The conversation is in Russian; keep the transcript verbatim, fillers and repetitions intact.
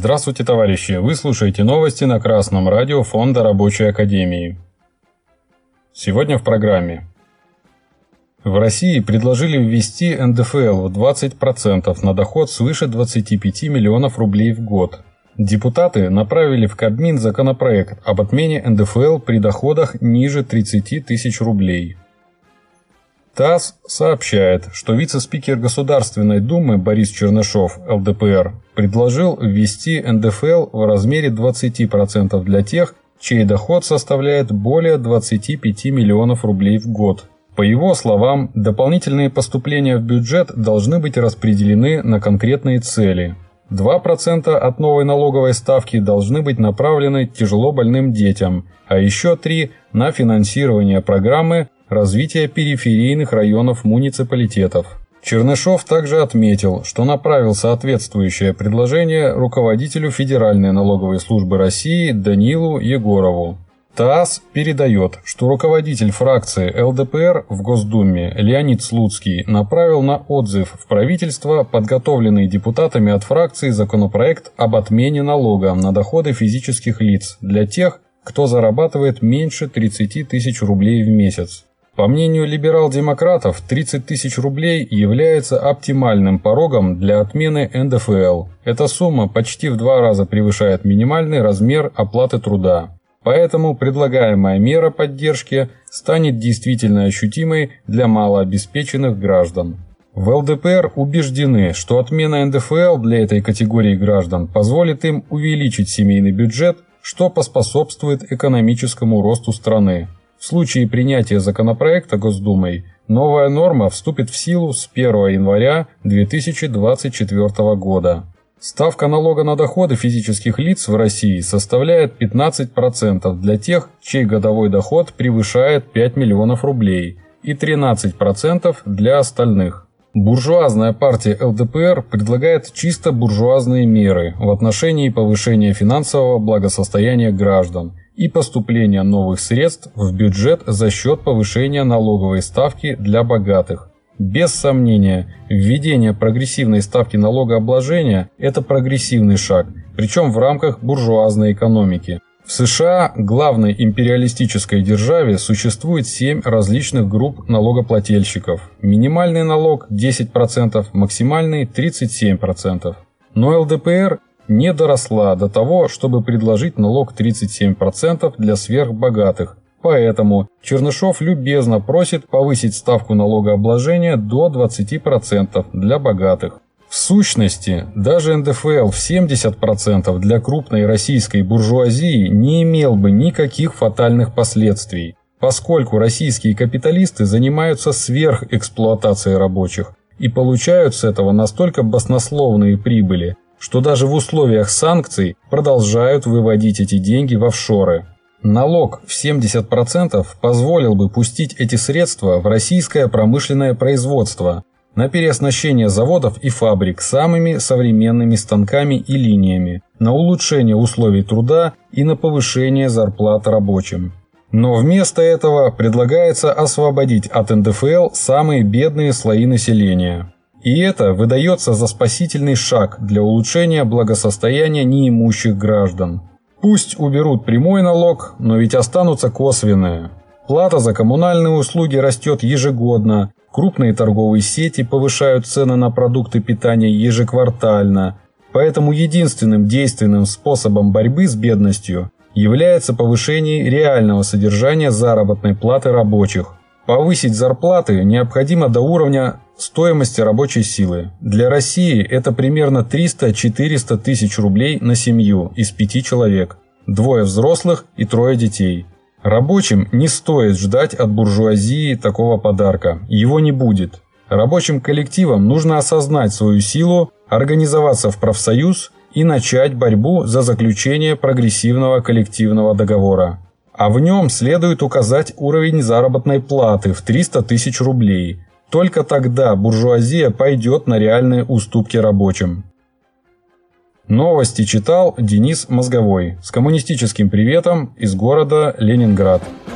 Здравствуйте, товарищи! Вы слушаете новости на Красном радио Фонда Рабочей Академии. Сегодня в программе. В России предложили ввести эн дэ эф эл в двадцать процентов на доход свыше двадцати пяти миллионов рублей в год. Депутаты направили в Кабмин законопроект об отмене эн дэ эф эл при доходах ниже тридцати тысяч рублей. ТАСС сообщает, что вице-спикер Государственной Думы Борис Чернышов, эл дэ пэ эр, предложил ввести эн дэ эф эл в размере двадцати процентов для тех, чей доход составляет более двадцати пяти миллионов рублей в год. По его словам, дополнительные поступления в бюджет должны быть распределены на конкретные цели. два процента от новой налоговой ставки должны быть направлены тяжело больным детям, а еще три процента на финансирование программы развития периферийных районов муниципалитетов. Чернышов также отметил, что направил соответствующее предложение руководителю Федеральной налоговой службы России Даниилу Егорову. ТАСС передает, что руководитель фракции эл дэ пэ эр в Госдуме Леонид Слуцкий направил на отзыв в правительство подготовленный депутатами от фракции законопроект об отмене налога на доходы физических лиц для тех, кто зарабатывает меньше тридцати тысяч рублей в месяц. По мнению либерал-демократов, тридцать тысяч рублей является оптимальным порогом для отмены эн дэ эф эл. Эта сумма почти в два раза превышает минимальный размер оплаты труда. Поэтому предлагаемая мера поддержки станет действительно ощутимой для малообеспеченных граждан. В эл дэ пэ эр убеждены, что отмена эн дэ эф эл для этой категории граждан позволит им увеличить семейный бюджет, что поспособствует экономическому росту страны. В случае принятия законопроекта Госдумой новая норма вступит в силу с первого января две тысячи двадцать четвёртого года. Ставка налога на доходы физических лиц в России составляет пятнадцать процентов для тех, чей годовой доход превышает пять миллионов рублей, и тринадцать процентов для остальных. Буржуазная партия эл дэ пэ эр предлагает чисто буржуазные меры в отношении повышения финансового благосостояния граждан и поступления новых средств в бюджет за счет повышения налоговой ставки для богатых. Без сомнения, введение прогрессивной ставки налогообложения – это прогрессивный шаг, причем в рамках буржуазной экономики. В США, главной империалистической державе, существует семь различных групп налогоплательщиков. Минимальный налог – десять процентов, максимальный – тридцать семь процентов. Но эл дэ пэ эр не доросла до того, чтобы предложить налог тридцать семь процентов для сверхбогатых. Поэтому Чернышов любезно просит повысить ставку налогообложения до двадцати процентов для богатых. В сущности, даже эн дэ эф эл в семьдесят процентов для крупной российской буржуазии не имел бы никаких фатальных последствий, поскольку российские капиталисты занимаются сверхэксплуатацией рабочих и получают с этого настолько баснословные прибыли, что даже в условиях санкций продолжают выводить эти деньги в офшоры. Налог в семьдесят процентов позволил бы пустить эти средства в российское промышленное производство, на переоснащение заводов и фабрик самыми современными станками и линиями, на улучшение условий труда и на повышение зарплат рабочим. Но вместо этого предлагается освободить от эн дэ эф эл самые бедные слои населения. И это выдается за спасительный шаг для улучшения благосостояния неимущих граждан. Пусть уберут прямой налог, но ведь останутся косвенные. Плата за коммунальные услуги растет ежегодно, крупные торговые сети повышают цены на продукты питания ежеквартально, поэтому единственным действенным способом борьбы с бедностью является повышение реального содержания заработной платы рабочих. Повысить зарплаты необходимо до уровня стоимости рабочей силы. Для России это примерно триста-четыреста тысяч рублей на семью из пяти человек, двое взрослых и трое детей. Рабочим не стоит ждать от буржуазии такого подарка, его не будет. Рабочим коллективам нужно осознать свою силу, организоваться в профсоюз и начать борьбу за заключение прогрессивного коллективного договора. А в нем следует указать уровень заработной платы в триста тысяч рублей. Только тогда буржуазия пойдет на реальные уступки рабочим. Новости читал Денис Мозговой с коммунистическим приветом из города Ленинград.